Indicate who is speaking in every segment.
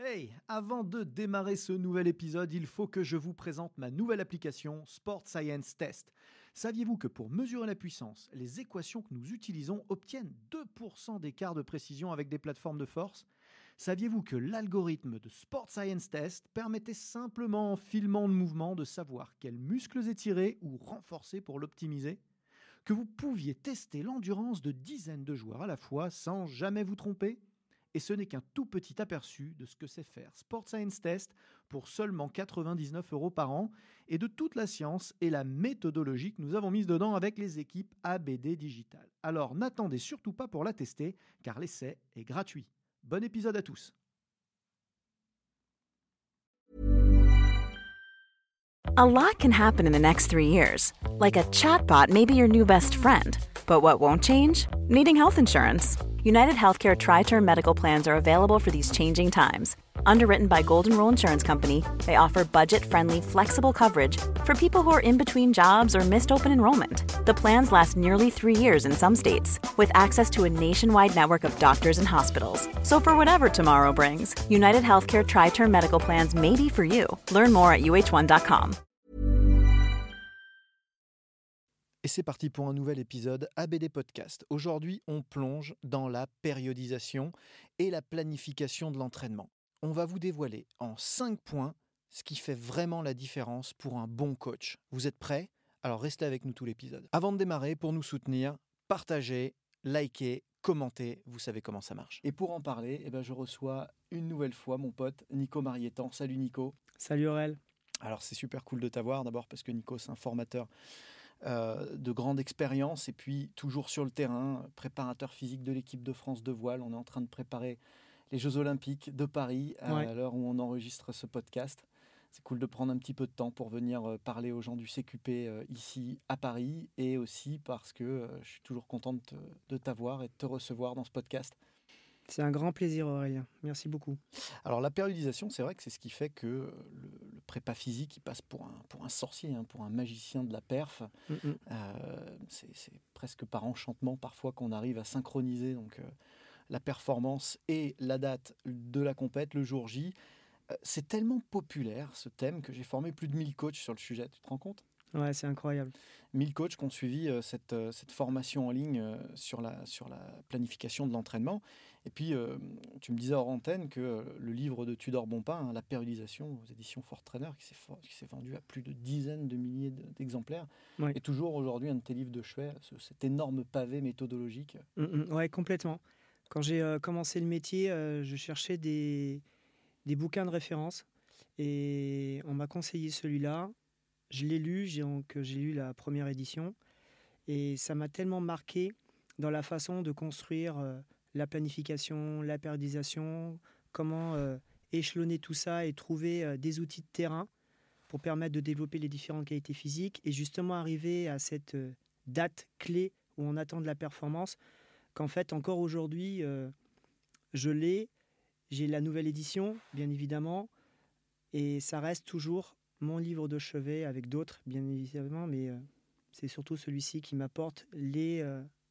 Speaker 1: Hey, avant de démarrer ce nouvel épisode, il faut que je vous présente ma nouvelle application Sport Science Test. Saviez-vous que pour mesurer la puissance, les équations que nous utilisons obtiennent 2% d'écart de précision avec des plateformes de force ? Saviez-vous que l'algorithme de Sport Science Test permettait simplement en filmant le mouvement de savoir quels muscles étirer ou renforcer pour l'optimiser ? Que vous pouviez tester l'endurance de dizaines de joueurs à la fois sans jamais vous tromper ? Et ce n'est qu'un tout petit aperçu de ce que c'est faire Sport Science Test pour seulement 99 € par an et de toute la science et la méthodologie que nous avons mise dedans avec les équipes ABD Digital. Alors n'attendez surtout pas pour la tester car l'essai est gratuit. Bon épisode à tous.
Speaker 2: A lot can happen in the next 3 years. Like a chatbot may be your new best friend. But what won't change? Needing health insurance. United Healthcare Tri-Term Medical Plans are available for these changing times. Underwritten by Golden Rule Insurance Company, they offer budget-friendly, flexible coverage for people who are in between jobs or missed open enrollment. The plans last nearly 3 years in some states, with access to a nationwide network of doctors and hospitals. So for whatever tomorrow brings, United Healthcare Tri-Term Medical Plans may be for you. Learn more at uh1.com.
Speaker 1: Et c'est parti pour un nouvel épisode ABD Podcast. Aujourd'hui, on plonge dans la périodisation et la planification de l'entraînement. On va vous dévoiler en 5 points ce qui fait vraiment la différence pour un bon coach. Vous êtes prêts ? Alors restez avec nous tout l'épisode. Avant de démarrer, pour nous soutenir, partagez, likez, commentez, vous savez comment ça marche. Et pour en parler, je reçois une nouvelle fois mon pote Nico Marietan. Salut Nico.
Speaker 3: Salut Aurel.
Speaker 1: Alors c'est super cool de t'avoir, d'abord parce que Nico c'est un formateur de grande expérience et puis toujours sur le terrain, préparateur physique de l'équipe de France de voile. On est en train de préparer les Jeux Olympiques de Paris à l'heure où on enregistre ce podcast. C'est cool de prendre un petit peu de temps pour venir parler aux gens du CQP ici à Paris et aussi parce que je suis toujours content de t'avoir et de te recevoir dans ce podcast.
Speaker 3: C'est un grand plaisir Aurélien, merci beaucoup.
Speaker 1: Alors la périodisation, c'est vrai que c'est ce qui fait que le prépa physique, il passe pour un sorcier, pour un magicien de la perf. C'est presque par enchantement parfois qu'on arrive à synchroniser la performance et la date de la compète, le jour J. C'est tellement populaire ce thème que j'ai formé plus de 1000 coachs sur le sujet, tu te rends compte ?
Speaker 3: Ouais, c'est incroyable.
Speaker 1: 1000 coachs qui ont suivi cette formation en ligne sur la planification de l'entraînement. Et puis, tu me disais hors antenne que le livre de Tudor Bompin, La périodisation aux éditions Fort Trainer, qui s'est vendu à plus de dizaines de milliers d'exemplaires, est toujours aujourd'hui un de tes livres de chevet, cet énorme pavé méthodologique.
Speaker 3: Ouais, complètement. Quand j'ai commencé le métier, je cherchais des bouquins de référence et on m'a conseillé celui-là. Je l'ai lu, j'ai lu la première édition et ça m'a tellement marqué dans la façon de construire la planification, la périodisation, comment échelonner tout ça et trouver des outils de terrain pour permettre de développer les différentes qualités physiques et justement arriver à cette date clé où on attend de la performance, qu'en fait encore aujourd'hui, j'ai la nouvelle édition bien évidemment et ça reste toujours mon livre de chevet avec d'autres, bien évidemment, mais c'est surtout celui-ci qui m'apporte les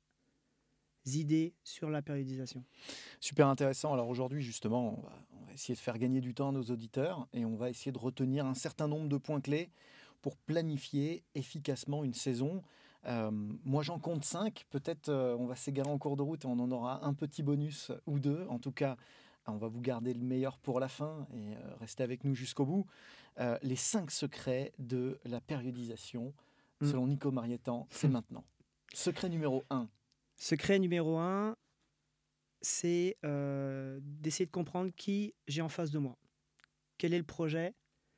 Speaker 3: idées sur la périodisation.
Speaker 1: Super intéressant. Alors aujourd'hui, justement, on va essayer de faire gagner du temps à nos auditeurs et on va essayer de retenir un certain nombre de points clés pour planifier efficacement une saison. Moi, j'en compte 5. Peut-être on va s'égarer en cours de route et on en aura un petit bonus ou 2. En tout cas, on va vous garder le meilleur pour la fin et restez avec nous jusqu'au bout. Les 5 secrets de la périodisation, selon Nico Marietan, c'est maintenant. Secret numéro 1.
Speaker 3: Secret numéro 1, c'est d'essayer de comprendre qui j'ai en face de moi. Quel est le projet ?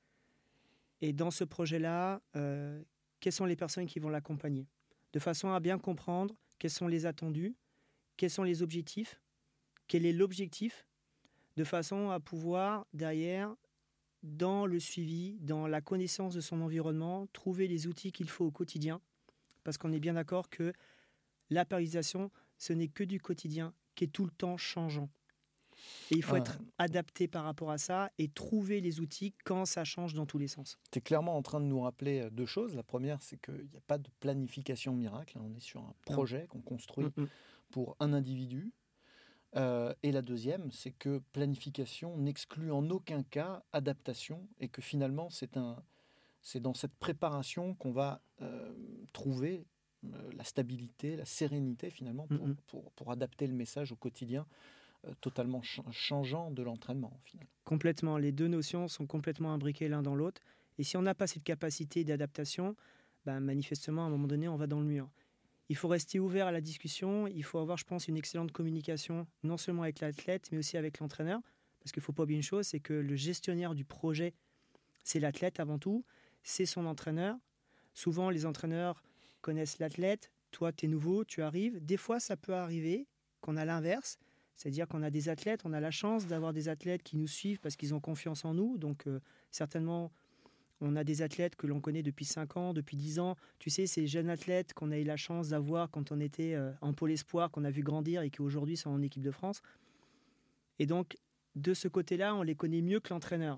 Speaker 3: Et dans ce projet-là, quelles sont les personnes qui vont l'accompagner ? De façon à bien comprendre quels sont les attendus, quels sont les objectifs, quel est l'objectif, de façon à pouvoir, derrière, dans le suivi, dans la connaissance de son environnement, trouver les outils qu'il faut au quotidien. Parce qu'on est bien d'accord que la périodisation, ce n'est que du quotidien qui est tout le temps changeant. Et il faut être adapté par rapport à ça et trouver les outils quand ça change dans tous les sens.
Speaker 1: Tu es clairement en train de nous rappeler 2 choses. La première, c'est qu'il n'y a pas de planification miracle. On est sur un projet qu'on construit pour un individu. Et la deuxième, c'est que planification n'exclut en aucun cas adaptation et que finalement, c'est dans cette préparation qu'on va trouver la stabilité, la sérénité finalement pour adapter le message au quotidien totalement changeant de l'entraînement au final.
Speaker 3: Complètement. Les deux notions sont complètement imbriquées l'un dans l'autre. Et si on n'a pas cette capacité d'adaptation, manifestement, à un moment donné, on va dans le mur. Il faut rester ouvert à la discussion. Il faut avoir, je pense, une excellente communication, non seulement avec l'athlète, mais aussi avec l'entraîneur. Parce qu'il ne faut pas oublier une chose, c'est que le gestionnaire du projet, c'est l'athlète avant tout, c'est son entraîneur. Souvent, les entraîneurs connaissent l'athlète. Toi, tu es nouveau, tu arrives. Des fois, ça peut arriver qu'on a l'inverse. C'est-à-dire qu'on a des athlètes, on a la chance d'avoir des athlètes qui nous suivent parce qu'ils ont confiance en nous. Donc, certainement, on a des athlètes que l'on connaît depuis 5 ans, depuis 10 ans. Tu sais, ces jeunes athlètes qu'on a eu la chance d'avoir quand on était en pôle espoir, qu'on a vu grandir et qui aujourd'hui sont en équipe de France. Et donc, de ce côté-là, on les connaît mieux que l'entraîneur.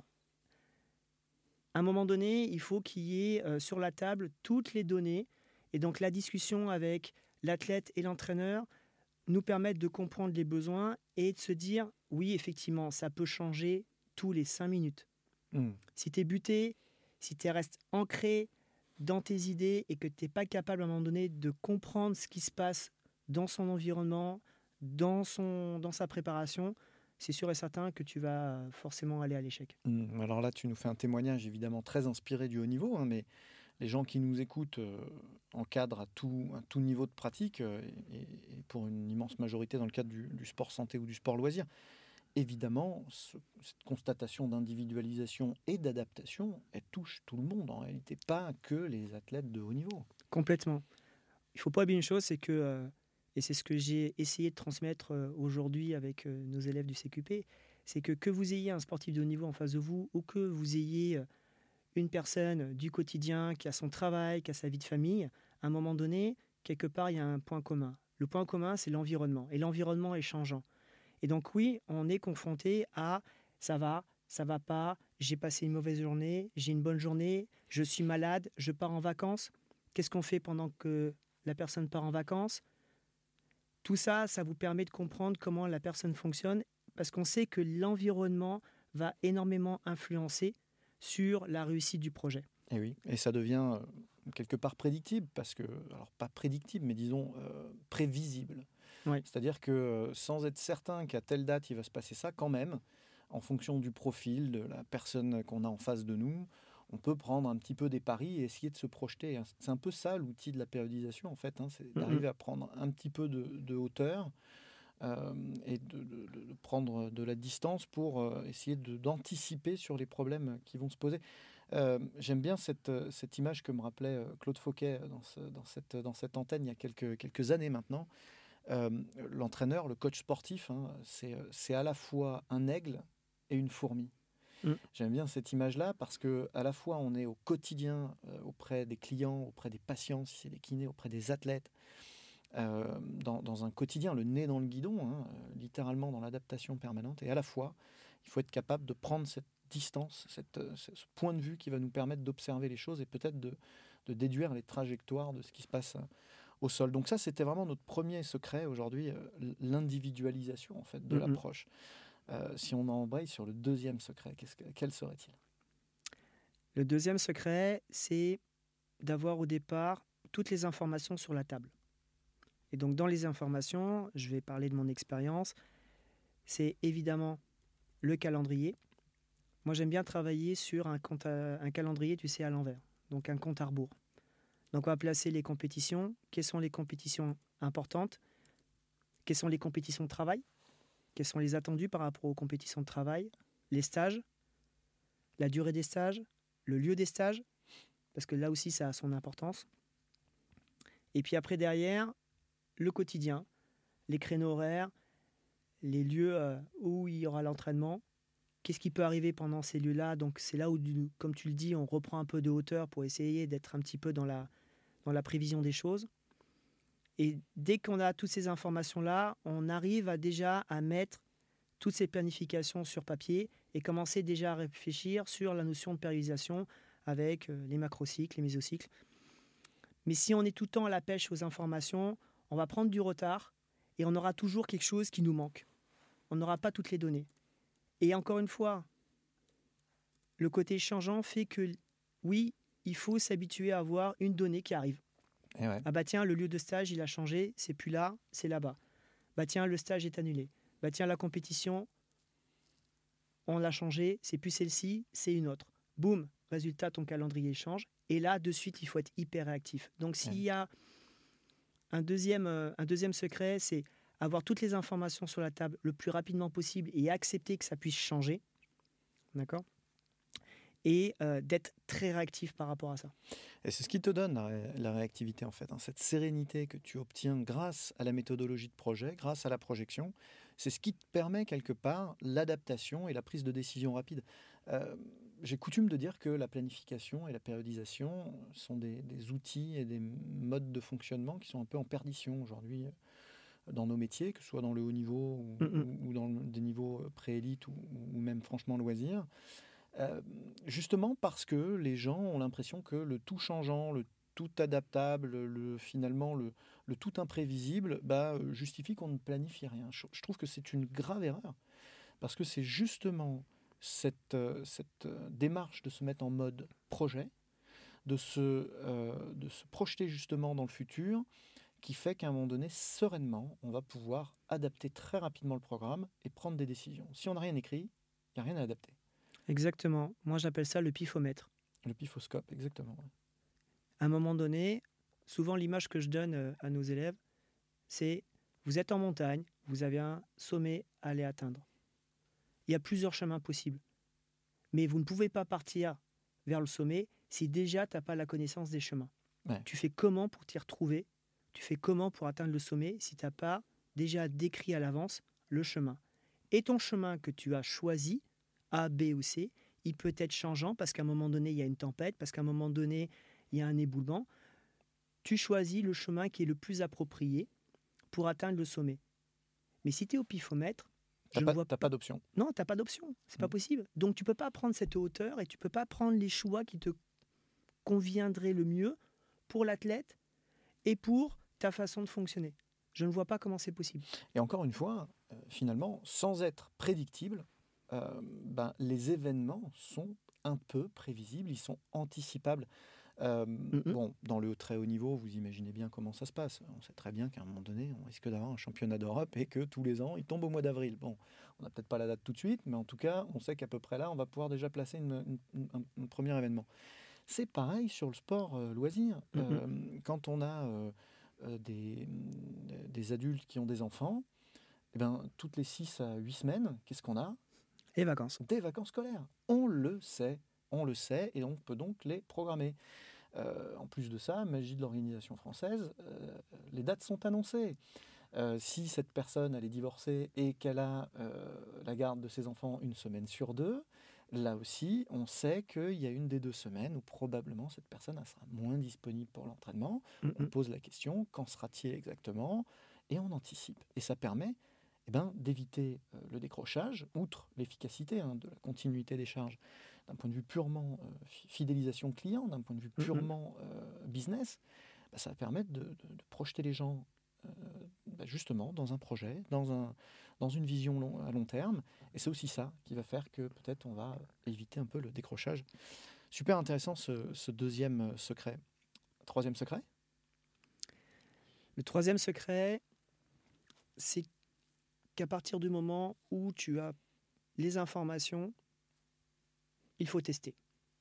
Speaker 3: À un moment donné, il faut qu'il y ait sur la table toutes les données. Et donc, la discussion avec l'athlète et l'entraîneur nous permettent de comprendre les besoins et de se dire, oui, effectivement, ça peut changer tous les 5 minutes. Si tu es buté, si tu restes ancré dans tes idées et que tu n'es pas capable à un moment donné de comprendre ce qui se passe dans son environnement, dans sa préparation, c'est sûr et certain que tu vas forcément aller à l'échec.
Speaker 1: Alors là, tu nous fais un témoignage évidemment très inspiré du haut niveau, mais les gens qui nous écoutent encadrent à tout niveau de pratique et pour une immense majorité dans le cadre du sport santé ou du sport loisir. Évidemment, cette constatation d'individualisation et d'adaptation, elle touche tout le monde en réalité, pas que les athlètes de haut niveau.
Speaker 3: Complètement. Il ne faut pas oublier une chose, c'est que, et c'est ce que j'ai essayé de transmettre aujourd'hui avec nos élèves du CQP, c'est que vous ayez un sportif de haut niveau en face de vous ou que vous ayez une personne du quotidien qui a son travail, qui a sa vie de famille, à un moment donné, quelque part, il y a un point commun. Le point commun, c'est l'environnement. Et l'environnement est changeant. Et donc oui, on est confronté à ça va pas, j'ai passé une mauvaise journée, j'ai une bonne journée, je suis malade, je pars en vacances. Qu'est-ce qu'on fait pendant que la personne part en vacances ? Tout ça, ça vous permet de comprendre comment la personne fonctionne parce qu'on sait que l'environnement va énormément influencer sur la réussite du projet.
Speaker 1: Et oui, et ça devient quelque part prédictible parce que, alors pas prédictible, mais disons prévisible.
Speaker 3: Ouais.
Speaker 1: C'est-à-dire que sans être certain qu'à telle date il va se passer ça, quand même, en fonction du profil de la personne qu'on a en face de nous, on peut prendre un petit peu des paris et essayer de se projeter. C'est un peu ça l'outil de la périodisation en fait, c'est d'arriver à prendre un petit peu de hauteur et de prendre de la distance pour essayer d'anticiper sur les problèmes qui vont se poser. J'aime bien cette image que me rappelait Claude Fauquet dans cette antenne il y a quelques années maintenant. L'entraîneur, le coach sportif, c'est à la fois un aigle et une fourmi. J'aime bien cette image-là parce que à la fois on est au quotidien auprès des clients, auprès des patients, si c'est des kinés, auprès des athlètes, dans un quotidien, le nez dans le guidon, littéralement dans l'adaptation permanente, et à la fois il faut être capable de prendre cette distance, ce point de vue qui va nous permettre d'observer les choses et peut-être de déduire les trajectoires de ce qui se passe au sol. Donc ça, c'était vraiment notre premier secret aujourd'hui, l'individualisation en fait de l'approche. Si on embraye sur le deuxième secret, quel serait-il ?
Speaker 3: Le deuxième secret, c'est d'avoir au départ toutes les informations sur la table. Et donc dans les informations, je vais parler de mon expérience, c'est évidemment le calendrier. Moi, j'aime bien travailler sur un calendrier, tu sais, à l'envers, donc un compte à rebours. Donc on va placer les compétitions, quelles sont les compétitions importantes, quelles sont les compétitions de travail, quels sont les attendus par rapport aux compétitions de travail, les stages, la durée des stages, le lieu des stages, parce que là aussi ça a son importance. Et puis après derrière, le quotidien, les créneaux horaires, les lieux où il y aura l'entraînement, qu'est-ce qui peut arriver pendant ces lieux-là. Donc c'est là où, comme tu le dis, on reprend un peu de hauteur pour essayer d'être un petit peu dans la prévision des choses. Et dès qu'on a toutes ces informations-là, on arrive déjà à mettre toutes ces planifications sur papier et commencer déjà à réfléchir sur la notion de périodisation avec les macrocycles, les mésocycles. Mais si on est tout le temps à la pêche aux informations, on va prendre du retard et on aura toujours quelque chose qui nous manque. on n'aura pas toutes les données. Et encore une fois, le côté changeant fait que, oui, il faut s'habituer à avoir une donnée qui arrive.
Speaker 1: Et ouais.
Speaker 3: Ah bah tiens, le lieu de stage, il a changé, c'est plus là, c'est là-bas. Bah tiens, le stage est annulé. Bah tiens, la compétition, on l'a changé, c'est plus celle-ci, c'est une autre. Boum, résultat, ton calendrier change. Et là, de suite, il faut être hyper réactif. Donc, s'il y a un deuxième secret, c'est avoir toutes les informations sur la table le plus rapidement possible et accepter que ça puisse changer. D'accord ? Et d'être très réactif par rapport à ça.
Speaker 1: Et c'est ce qui te donne la réactivité, en fait, hein, cette sérénité que tu obtiens grâce à la méthodologie de projet, grâce à la projection. C'est ce qui te permet, quelque part, l'adaptation et la prise de décision rapide. J'ai coutume de dire que la planification et la périodisation sont des outils et des modes de fonctionnement qui sont un peu en perdition aujourd'hui dans nos métiers, que ce soit dans le haut niveau ou dans des niveaux préélites ou même franchement loisirs. Justement parce que les gens ont l'impression que le tout changeant, le tout adaptable, finalement le tout imprévisible, justifie qu'on ne planifie rien. Je trouve que c'est une grave erreur, parce que c'est justement cette démarche de se mettre en mode projet, de se projeter justement dans le futur, qui fait qu'à un moment donné, sereinement, on va pouvoir adapter très rapidement le programme et prendre des décisions. Si on n'a rien écrit, il n'y a rien à adapter.
Speaker 3: Exactement. Moi, j'appelle ça le pifomètre.
Speaker 1: Le pifoscope, exactement.
Speaker 3: À un moment donné, souvent l'image que je donne à nos élèves, c'est vous êtes en montagne, vous avez un sommet à aller atteindre. Il y a plusieurs chemins possibles. Mais vous ne pouvez pas partir vers le sommet si déjà tu n'as pas la connaissance des chemins.
Speaker 1: Ouais.
Speaker 3: Tu fais comment pour t'y retrouver ? Tu fais comment pour atteindre le sommet si tu n'as pas déjà décrit à l'avance le chemin ? Et ton chemin que tu as choisi, A, B ou C, il peut être changeant parce qu'à un moment donné, il y a une tempête, parce qu'à un moment donné, il y a un éboulement. Tu choisis le chemin qui est le plus approprié pour atteindre le sommet. Mais si tu es au pifomètre,
Speaker 1: tu n'as pas d'option.
Speaker 3: Non, tu n'as pas d'option. C'est pas possible. Donc, tu ne peux pas prendre cette hauteur et tu ne peux pas prendre les choix qui te conviendraient le mieux pour l'athlète et pour ta façon de fonctionner. Je ne vois pas comment c'est possible.
Speaker 1: Et encore une fois, finalement, sans être prédictible, les événements sont un peu prévisibles, ils sont anticipables. Bon, dans le très haut niveau, vous imaginez bien comment ça se passe. On sait très bien qu'à un moment donné, on risque d'avoir un championnat d'Europe et que tous les ans, il tombe au mois d'avril. Bon, on n'a peut-être pas la date tout de suite, mais en tout cas, on sait qu'à peu près là, on va pouvoir déjà placer un premier événement. C'est pareil sur le sport loisir. Quand on a des adultes qui ont des enfants, toutes les 6 à 8 semaines, qu'est-ce qu'on a ?
Speaker 3: Les vacances.
Speaker 1: Des vacances scolaires. On le sait, et on peut donc les programmer. En plus de ça, magie de l'organisation française, les dates sont annoncées. Si cette personne elle est divorcée et qu'elle a la garde de ses enfants 1 semaine sur 2, là aussi, on sait qu'il y a une des 2 semaines où probablement cette personne elle sera moins disponible pour l'entraînement. On pose la question, quand sera-t-il exactement ? Et on anticipe. Et ça permet d'éviter le décrochage, outre l'efficacité de la continuité des charges, d'un point de vue purement fidélisation client, d'un point de vue purement business. Ça va permettre de projeter les gens justement dans un projet, dans une vision à long terme. Et c'est aussi ça qui va faire que peut-être on va éviter un peu le décrochage. Super intéressant ce deuxième secret. Troisième secret ?
Speaker 3: Le troisième secret, c'est qu'à partir du moment où tu as les informations, il faut tester.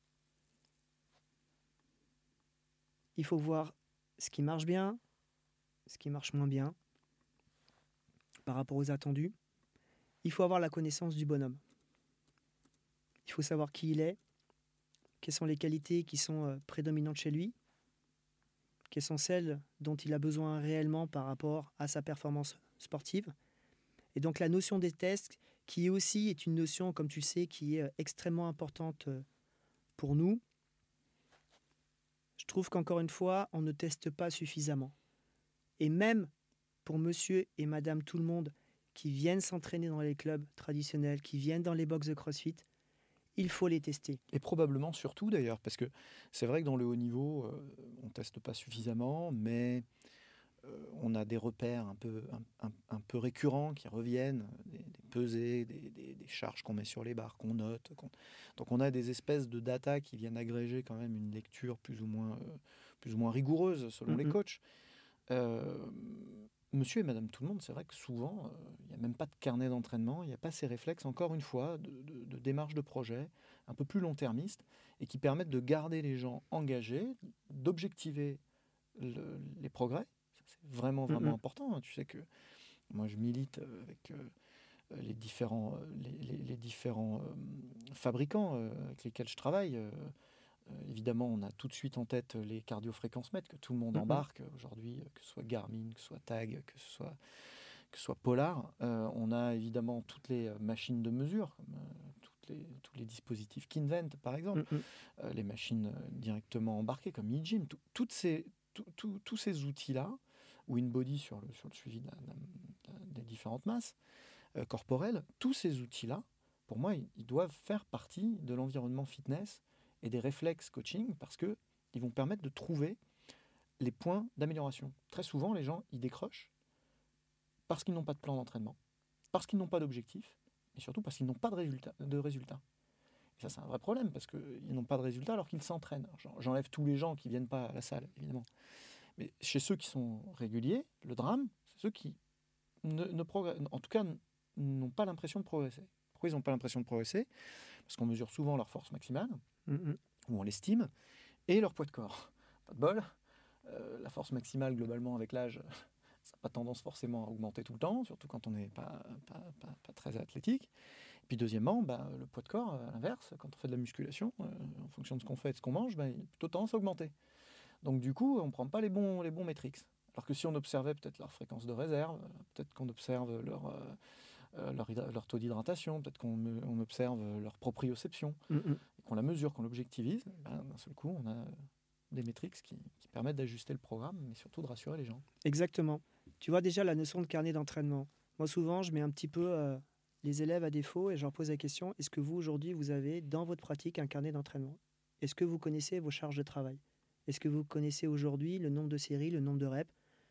Speaker 3: Il faut voir ce qui marche bien, ce qui marche moins bien, par rapport aux attendus. Il faut avoir la connaissance du bonhomme. Il faut savoir qui il est, quelles sont les qualités qui sont prédominantes chez lui, quelles sont celles dont il a besoin réellement par rapport à sa performance sportive. Et donc la notion des tests, qui aussi est une notion, comme tu le sais, qui est extrêmement importante pour nous. Je trouve qu'encore une fois, on ne teste pas suffisamment. Et même pour monsieur et madame tout le monde qui viennent s'entraîner dans les clubs traditionnels, qui viennent dans les box de CrossFit, il faut les tester.
Speaker 1: Et probablement surtout d'ailleurs, parce que c'est vrai que dans le haut niveau, on ne teste pas suffisamment, mais on a des repères un peu récurrents qui reviennent, des pesées, des charges qu'on met sur les barres, qu'on note. Donc on a des espèces de data qui viennent agréger quand même une lecture plus ou moins rigoureuse selon les coachs. Monsieur et madame tout le monde, c'est vrai que souvent, il n'y a même pas de carnet d'entraînement, il n'y a pas ces réflexes, encore une fois, de démarche de projet, un peu plus long-termiste, et qui permettent de garder les gens engagés, d'objectiver les progrès. Ça, c'est vraiment important. Tu sais que moi, je milite avec les différents fabricants avec lesquels je travaille. Évidemment, on a tout de suite en tête les cardiofréquencemètres que tout le monde embarque aujourd'hui, que ce soit Garmin, que ce soit Tag, que ce soit Polar. On a évidemment toutes les machines de mesure, comme tous les dispositifs Kinvent, par exemple, les machines directement embarquées comme eGym. Tous ces outils-là, ou InBody sur le suivi des différentes masses corporelles, tous ces outils-là, pour moi, ils doivent faire partie de l'environnement fitness et des réflexes coaching, parce qu'ils vont permettre de trouver les points d'amélioration. Très souvent, les gens, ils décrochent parce qu'ils n'ont pas de plan d'entraînement, parce qu'ils n'ont pas d'objectif, et surtout parce qu'ils n'ont pas de résultats. Et ça, c'est un vrai problème, parce qu'ils n'ont pas de résultats alors qu'ils s'entraînent. J'enlève tous les gens qui ne viennent pas à la salle, évidemment. Mais chez ceux qui sont réguliers, le drame, c'est ceux qui ne progressent, en tout cas, n'ont pas l'impression de progresser. Pourquoi ils n'ont pas l'impression de progresser ? Parce qu'on mesure souvent leur force maximale, ou on l'estime, et leur poids de corps. Pas de bol. La force maximale, globalement, avec l'âge, ça n'a pas tendance forcément à augmenter tout le temps, surtout quand on n'est pas très athlétique. Et puis deuxièmement, le poids de corps, à l'inverse, quand on fait de la musculation, en fonction de ce qu'on fait et de ce qu'on mange, il a plutôt tendance à augmenter. Donc du coup, on ne prend pas les bons métriques. Alors que si on observait peut-être leur fréquence de réserve, peut-être qu'on observe leur taux d'hydratation, peut-être qu'on observe leur proprioception, et qu'on la mesure, qu'on l'objectivise, d'un seul coup, on a des métriques qui permettent d'ajuster le programme, mais surtout de rassurer les gens.
Speaker 3: Exactement. Tu vois déjà la notion de carnet d'entraînement. Moi, souvent, je mets un petit peu les élèves à défaut et je leur pose la question, est-ce que vous, aujourd'hui, vous avez dans votre pratique un carnet d'entraînement ? Est-ce que vous connaissez vos charges de travail ? Est-ce que vous connaissez aujourd'hui le nombre de séries, le nombre de reps ?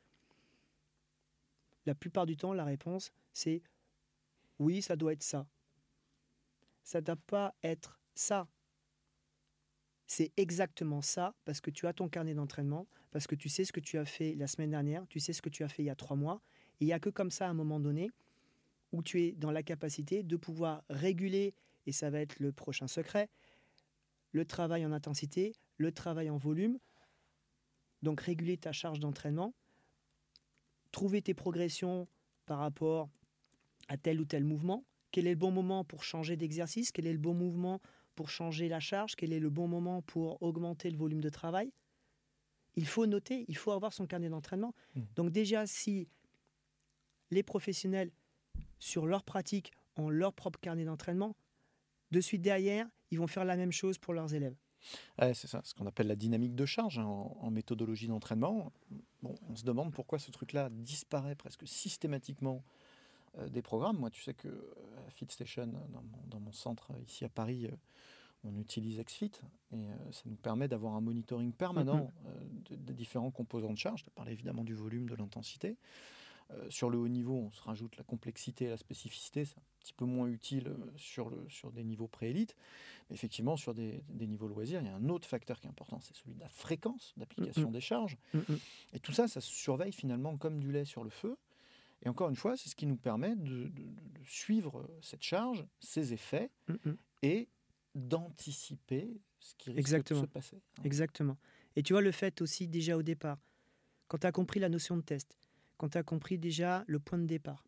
Speaker 3: La plupart du temps, la réponse, c'est oui, ça doit être ça. Ça ne doit pas être ça. C'est exactement ça, parce que tu as ton carnet d'entraînement, parce que tu sais ce que tu as fait la semaine dernière, tu sais ce que tu as fait il y a 3 mois, et il n'y a que comme ça, à un moment donné, où tu es dans la capacité de pouvoir réguler, et ça va être le prochain secret, le travail en intensité, le travail en volume, donc réguler ta charge d'entraînement, trouver tes progressions par rapport à tel ou tel mouvement, quel est le bon moment pour changer d'exercice, quel est le bon mouvement pour changer la charge, quel est le bon moment pour augmenter le volume de travail. Il faut noter, il faut avoir son carnet d'entraînement. Donc déjà, si les professionnels, sur leur pratique, ont leur propre carnet d'entraînement, de suite derrière, ils vont faire la même chose pour leurs élèves.
Speaker 1: Ouais, c'est ça, ce qu'on appelle la dynamique de charge en méthodologie d'entraînement. Bon, on se demande pourquoi ce truc-là disparaît presque systématiquement des programmes. Moi, tu sais que à FitStation, dans mon centre ici à Paris, on utilise XFIT et ça nous permet d'avoir un monitoring permanent des différents composants de charge. Tu as parlé évidemment du volume, de l'intensité. Sur le haut niveau, on se rajoute la complexité et la spécificité. C'est un petit peu moins utile sur des niveaux pré-élites. Mais effectivement, sur des niveaux loisirs, il y a un autre facteur qui est important, c'est celui de la fréquence d'application des charges. Et tout ça, ça se surveille finalement comme du lait sur le feu. Et encore une fois, c'est ce qui nous permet de suivre cette charge, ses effets, et d'anticiper ce qui risque de se passer.
Speaker 3: Exactement. Et tu vois, le fait aussi, déjà au départ, quand tu as compris la notion de test, quand tu as compris déjà le point de départ,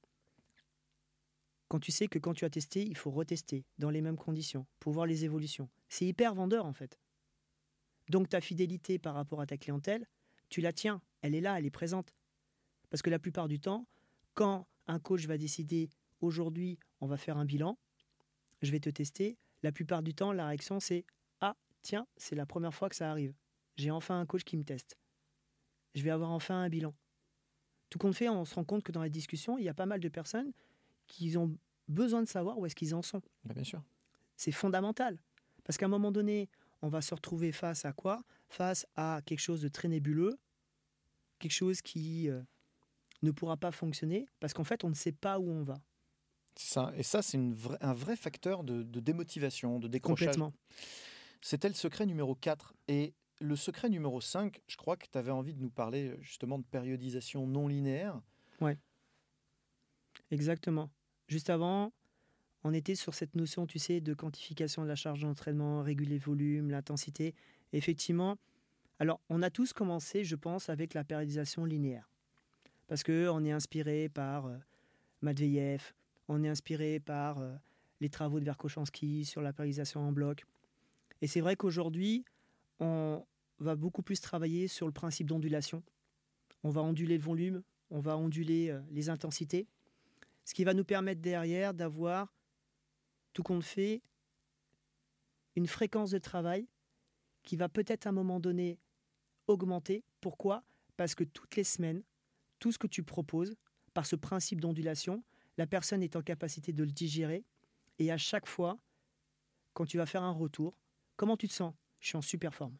Speaker 3: quand tu sais que quand tu as testé, il faut retester dans les mêmes conditions pour voir les évolutions. C'est hyper vendeur en fait. Donc ta fidélité par rapport à ta clientèle, tu la tiens, elle est là, elle est présente. Parce que la plupart du temps, quand un coach va décider aujourd'hui, on va faire un bilan, je vais te tester, la plupart du temps, la réaction c'est « Ah, tiens, c'est la première fois que ça arrive. J'ai enfin un coach qui me teste. Je vais avoir enfin un bilan. » Tout compte fait, on se rend compte que dans la discussion, il y a pas mal de personnes qui ont besoin de savoir où est-ce qu'ils en sont.
Speaker 1: Bien sûr.
Speaker 3: C'est fondamental. Parce qu'à un moment donné, on va se retrouver face à quoi ? Face à quelque chose de très nébuleux. quelque chose qui ne pourra pas fonctionner parce qu'en fait, on ne sait pas où on va.
Speaker 1: C'est ça. Et ça, c'est un vrai facteur de démotivation, de décrochage.
Speaker 3: Complètement.
Speaker 1: C'était le secret numéro 4. Et le secret numéro 5, je crois que tu avais envie de nous parler justement de périodisation non linéaire.
Speaker 3: Ouais, exactement. Juste avant, on était sur cette notion, tu sais, de quantification de la charge d'entraînement, réguler le volume, l'intensité. Effectivement, alors on a tous commencé, je pense, avec la périodisation linéaire. Parce qu'on est inspiré par Matveyev, on est inspiré par les travaux de Verkhoshansky sur la périodisation en bloc. Et c'est vrai qu'aujourd'hui, on va beaucoup plus travailler sur le principe d'ondulation. On va onduler le volume, on va onduler les intensités, ce qui va nous permettre derrière d'avoir, tout compte fait, une fréquence de travail qui va peut-être à un moment donné augmenter. Pourquoi ? Parce que toutes les semaines, tout ce que tu proposes, par ce principe d'ondulation, la personne est en capacité de le digérer. Et à chaque fois, quand tu vas faire un retour, comment tu te sens ? Je suis en super forme.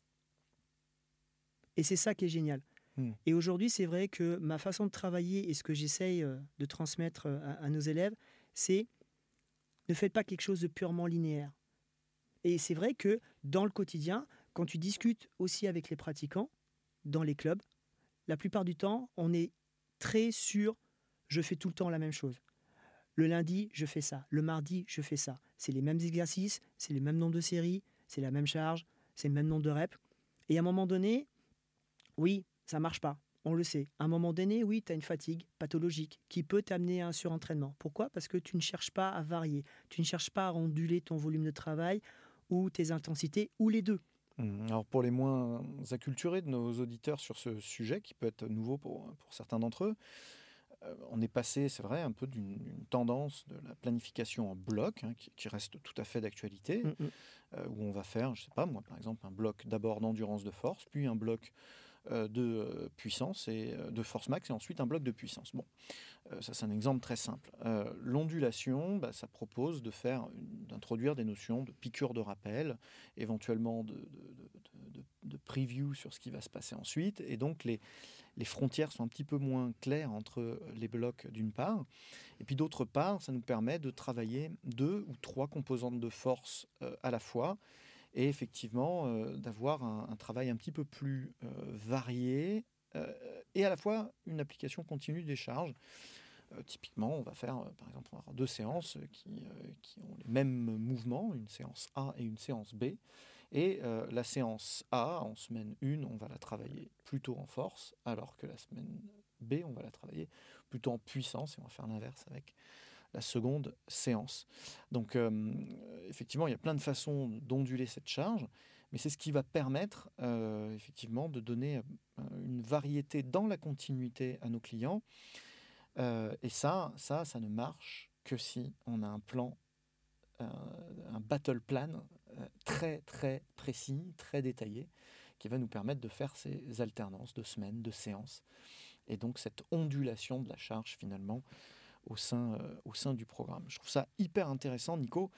Speaker 3: Et c'est ça qui est génial. Et aujourd'hui, c'est vrai que ma façon de travailler et ce que j'essaye de transmettre à nos élèves, c'est ne faites pas quelque chose de purement linéaire. Et c'est vrai que dans le quotidien, quand tu discutes aussi avec les pratiquants, dans les clubs, la plupart du temps, on est très sur « je fais tout le temps la même chose ». Le lundi, je fais ça. Le mardi, je fais ça. C'est les mêmes exercices, c'est le même nombre de séries, c'est la même charge, c'est le même nombre de reps. Et à un moment donné, oui, ça ne marche pas. On le sait. À un moment donné, oui, tu as une fatigue pathologique qui peut t'amener à un surentraînement. Pourquoi ? Parce que tu ne cherches pas à varier. Tu ne cherches pas à onduler ton volume de travail ou tes intensités, ou les deux.
Speaker 1: Alors pour les moins acculturés de nos auditeurs sur ce sujet, qui peut être nouveau pour certains d'entre eux, on est passé, c'est vrai, un peu d'une tendance de la planification en bloc, qui reste tout à fait d'actualité, où on va faire, je ne sais pas moi, par exemple, un bloc d'abord d'endurance de force, puis un bloc de puissance et de force max, et ensuite un bloc de puissance. Bon, ça c'est un exemple très simple. L'ondulation, ça propose d'introduire des notions de piqûre de rappel, éventuellement de preview sur ce qui va se passer ensuite, et donc les frontières sont un petit peu moins claires entre les blocs d'une part, et puis d'autre part, ça nous permet de travailler 2 ou 3 composantes de force à la fois, et effectivement d'avoir un travail un petit peu plus varié, et à la fois une application continue des charges. Typiquement, on va faire, par exemple, on va avoir 2 séances qui ont les mêmes mouvements, une séance A et une séance B. Et la séance A, en semaine 1, on va la travailler plutôt en force, alors que la semaine B, on va la travailler plutôt en puissance, et on va faire l'inverse avec la seconde séance. Donc, effectivement, il y a plein de façons d'onduler cette charge, mais c'est ce qui va permettre, effectivement, de donner une variété dans la continuité à nos clients. Et ça ne marche que si on a un plan, un battle plan très très précis, très détaillé, qui va nous permettre de faire ces alternances de semaines, de séances, et donc cette ondulation de la charge finalement au sein du programme. Je trouve ça hyper intéressant, Nico.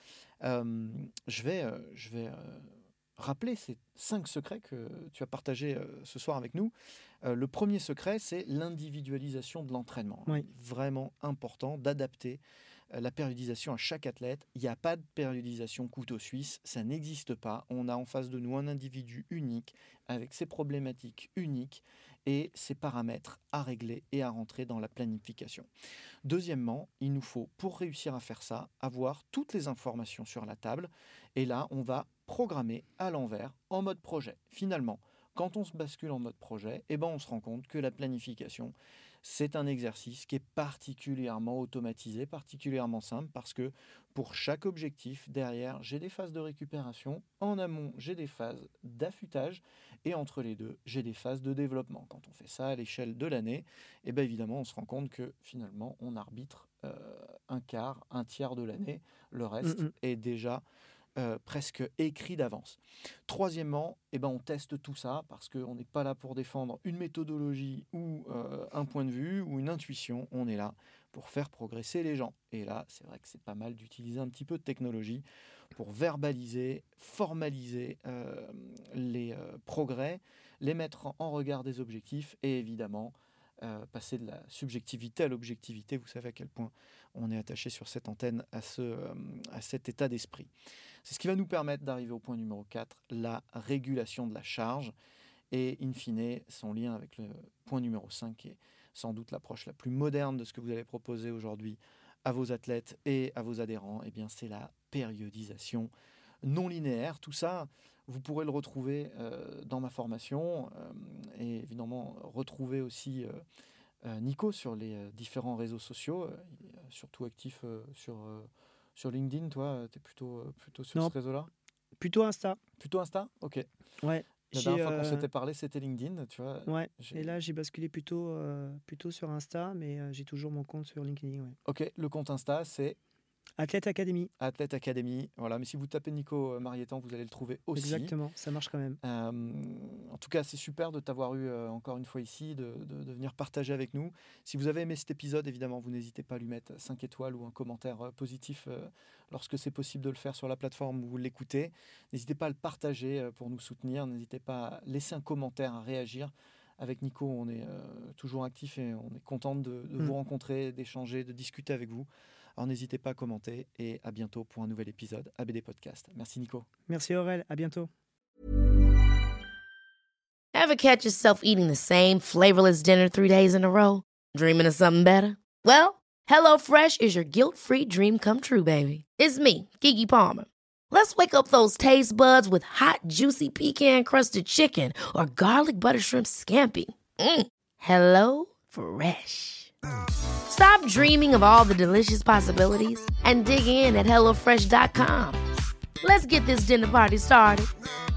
Speaker 1: Je vais rappeler ces 5 secrets que tu as partagés ce soir avec nous. Le premier secret, c'est l'individualisation de l'entraînement.
Speaker 3: Oui.
Speaker 1: Il est vraiment important d'adapter la périodisation à chaque athlète. Il n'y a pas de périodisation couteau suisse, ça n'existe pas. On a en face de nous un individu unique, avec ses problématiques uniques et ses paramètres à régler et à rentrer dans la planification. Deuxièmement, il nous faut, pour réussir à faire ça, avoir toutes les informations sur la table. Et là, on va programmer à l'envers, en mode projet. Finalement, quand on se bascule en mode projet, on se rend compte que la planification, c'est un exercice qui est particulièrement automatisé, particulièrement simple, parce que pour chaque objectif, derrière, j'ai des phases de récupération. En amont, j'ai des phases d'affûtage. Et entre les deux, j'ai des phases de développement. Quand on fait ça à l'échelle de l'année, évidemment, on se rend compte que finalement, on arbitre un quart, un tiers de l'année. Le reste est déjà presque écrit d'avance. Troisièmement, on teste tout ça parce qu'on n'est pas là pour défendre une méthodologie ou un point de vue ou une intuition. On est là pour faire progresser les gens. Et là, c'est vrai que c'est pas mal d'utiliser un petit peu de technologie pour verbaliser, formaliser les progrès, les mettre en regard des objectifs et évidemment passer de la subjectivité à l'objectivité. Vous savez à quel point on est attaché sur cette antenne à cet état d'esprit. C'est ce qui va nous permettre d'arriver au point numéro 4, la régulation de la charge et in fine son lien avec le point numéro 5 qui est sans doute l'approche la plus moderne de ce que vous allez proposer aujourd'hui à vos athlètes et à vos adhérents. Eh bien, c'est la périodisation non linéaire. Tout ça, vous pourrez le retrouver dans ma formation et évidemment retrouver aussi Nico sur les différents réseaux sociaux. Il est surtout actif sur LinkedIn. Toi, tu es plutôt sur ce réseau-là ?
Speaker 3: Plutôt Insta.
Speaker 1: Plutôt Insta ? Ok.
Speaker 3: Ouais.
Speaker 1: La dernière fois qu'on s'était parlé, c'était LinkedIn, tu vois.
Speaker 3: Ouais. Et là, j'ai basculé plutôt sur Insta, mais j'ai toujours mon compte sur LinkedIn. Ouais.
Speaker 1: Ok, le compte Insta, c'est
Speaker 3: Athlète Academy.
Speaker 1: Athlète Academy, voilà. Mais si vous tapez Nico Marietan, vous allez le trouver aussi.
Speaker 3: Exactement, ça marche quand même.
Speaker 1: En tout cas, c'est super de t'avoir eu encore une fois ici, de venir partager avec nous. Si vous avez aimé cet épisode, évidemment, vous n'hésitez pas à lui mettre 5 étoiles ou un commentaire positif lorsque c'est possible de le faire sur la plateforme où vous l'écoutez. N'hésitez pas à le partager pour nous soutenir. N'hésitez pas à laisser un commentaire, à réagir. Avec Nico, on est toujours actif et on est content de vous rencontrer, d'échanger, de discuter avec vous. Alors n'hésitez pas à commenter et à bientôt pour un nouvel épisode ABD Podcast. Merci Nico.
Speaker 3: Merci Aurel, à bientôt.
Speaker 4: Ever catch yourself eating the same flavorless dinner 3 days in a row? Dreaming of something better? Well, HelloFresh is your guilt-free dream come true, baby. It's me, Keke Palmer. Let's wake up those taste buds with hot, juicy pecan-crusted chicken or garlic butter shrimp scampi. Hello Fresh. Stop dreaming of all the delicious possibilities and dig in at HelloFresh.com. Let's get this dinner party started.